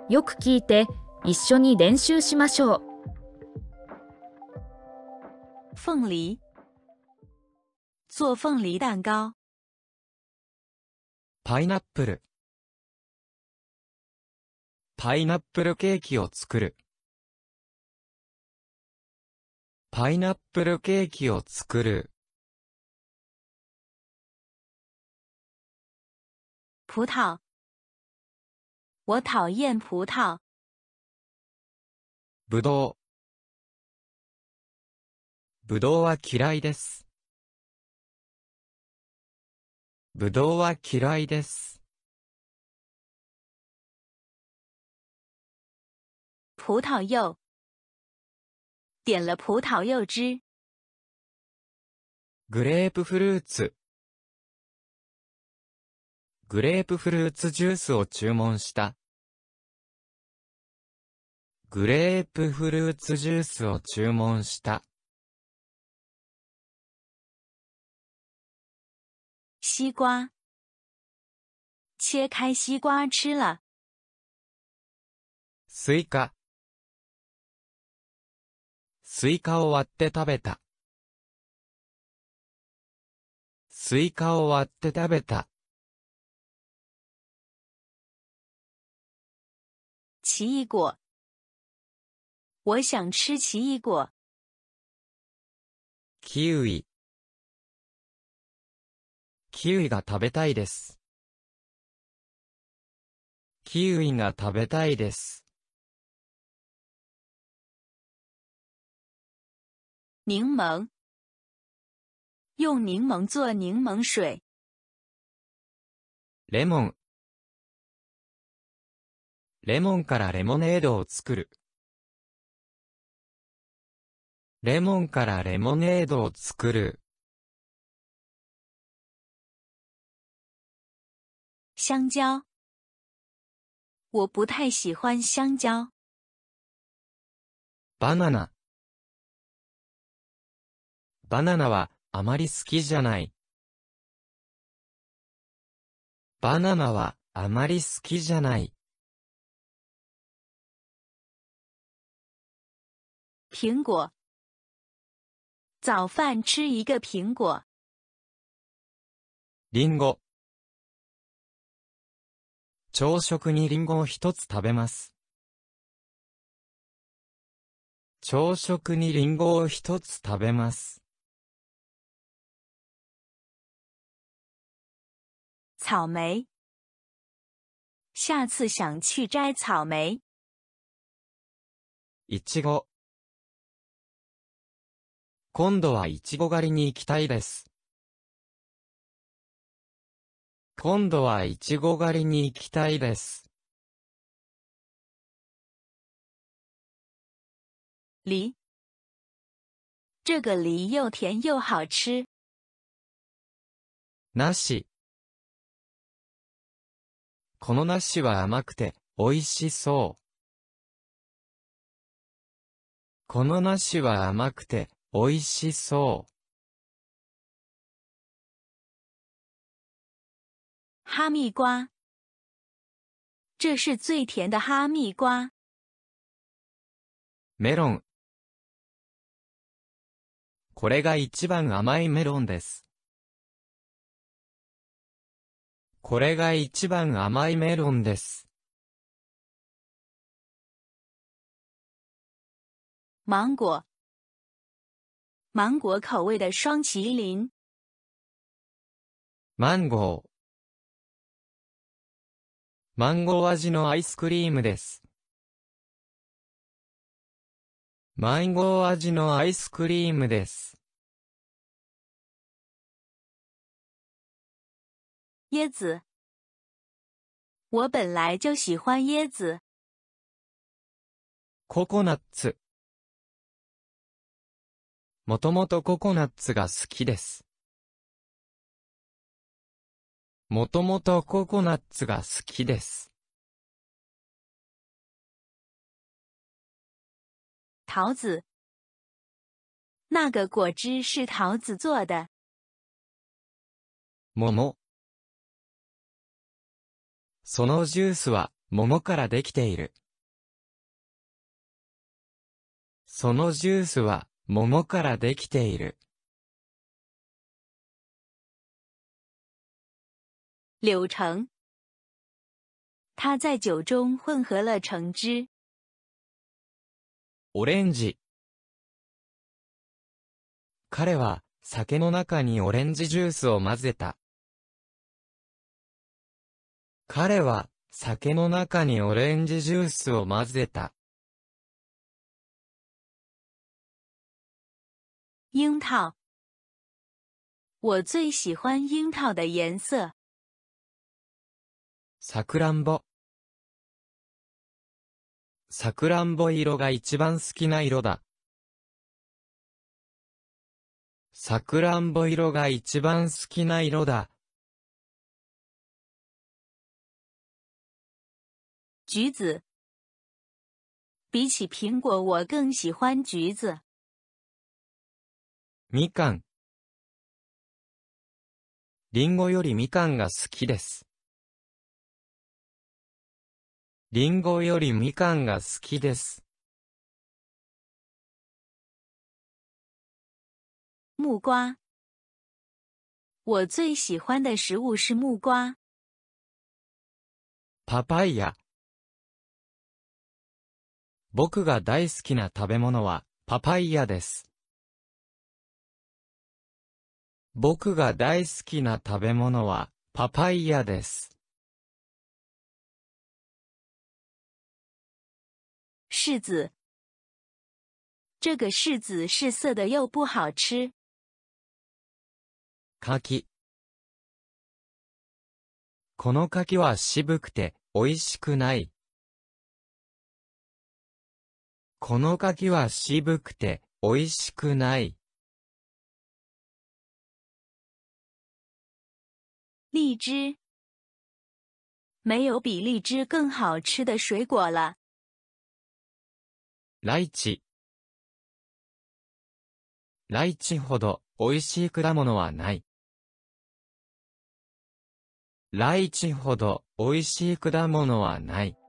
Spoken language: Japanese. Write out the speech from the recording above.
よく聞いて、一緒に練習しましょう。 凤梨，做凤梨蛋糕。 パイナップル。パイナップルケーキを作る。パイナップルケーキを作る。 葡萄，我讨厌葡萄。 ぶどう。ぶどうは嫌いです。ぶどうは嫌いです。 葡萄柚，点了葡萄柚汁。 グレープフルーツ。グレープフルーツジュースを注文した。グレープフルーツジュースを注文した。 西瓜，切开西瓜吃了。 スイカ。スイカを割って食べた。スイカを割って食べた。 奇異果，我想吃奇異果。 キウイ。キウイが食べたいです。キウイが食べたいです。 柠檬，用柠檬做柠檬水。 レモン。レモンからレモネードを作る。レモンからレモネードを作る。 香蕉，我不太喜欢香蕉。 バナナ。バナナはあまり好きじゃない。バナナはあまり好きじゃない。 苹果，早饭吃一个苹果。 リンゴ。朝食にリンゴを一つ食べます。朝食にリンゴを一つ食べます。 草莓，下次想去摘草莓。 いちご。今度はいちご狩りに行きたいです。今度はいちご狩りに行きたいです。 梨，这个梨又甜又好吃。 梨。この梨は甘くて美味しそう。この梨は甘くて美味しそう。 哈密瓜，这是最甜的哈密瓜。 メロン。これが一番甘いメロンです。これが一番甘いメロンです。 芒果，芒果口味的双麒麟。 マンゴー。マンゴー味のアイスクリームです。マンゴー味のアイスクリームです。 椰子，我本来就喜欢椰子。 ココナッツ。もともとココナッツが好きです。もともとココナッツが好きです。 桃子，那个果汁是桃子做的。 桃。そのジュースは桃からできている。そのジュースは桃からできている。 柳橙。它在酒中混合了橙汁。 オレンジ。彼は酒の中にオレンジジュースを混ぜた。彼は酒の中にオレンジジュースを混ぜた。 樱桃。我最喜欢樱桃的颜色。 さくらんぼ。さくらんぼ色が一番好きな色だ。さくらんぼ色が一番好きな色だ。 橘子。比起苹果，我更喜欢橘子。 みかん。りんごよりみかんが好きです。りんごよりみかんが好きです。 木瓜。我最喜欢的食物是木瓜。 パパイヤ。僕が大好きな食べ物はパパイヤです。僕が大好きな食べ物はパパイヤです。 柿子。这个柿子是涩的又不好吃。 柿。この柿は渋くて美味しくない。この柿は渋くて美味しくない。 荔枝。没有比荔枝更好吃的水果了。 ライチ。ライチほど美味しい果物はない。ライチほど美味しい果物はない。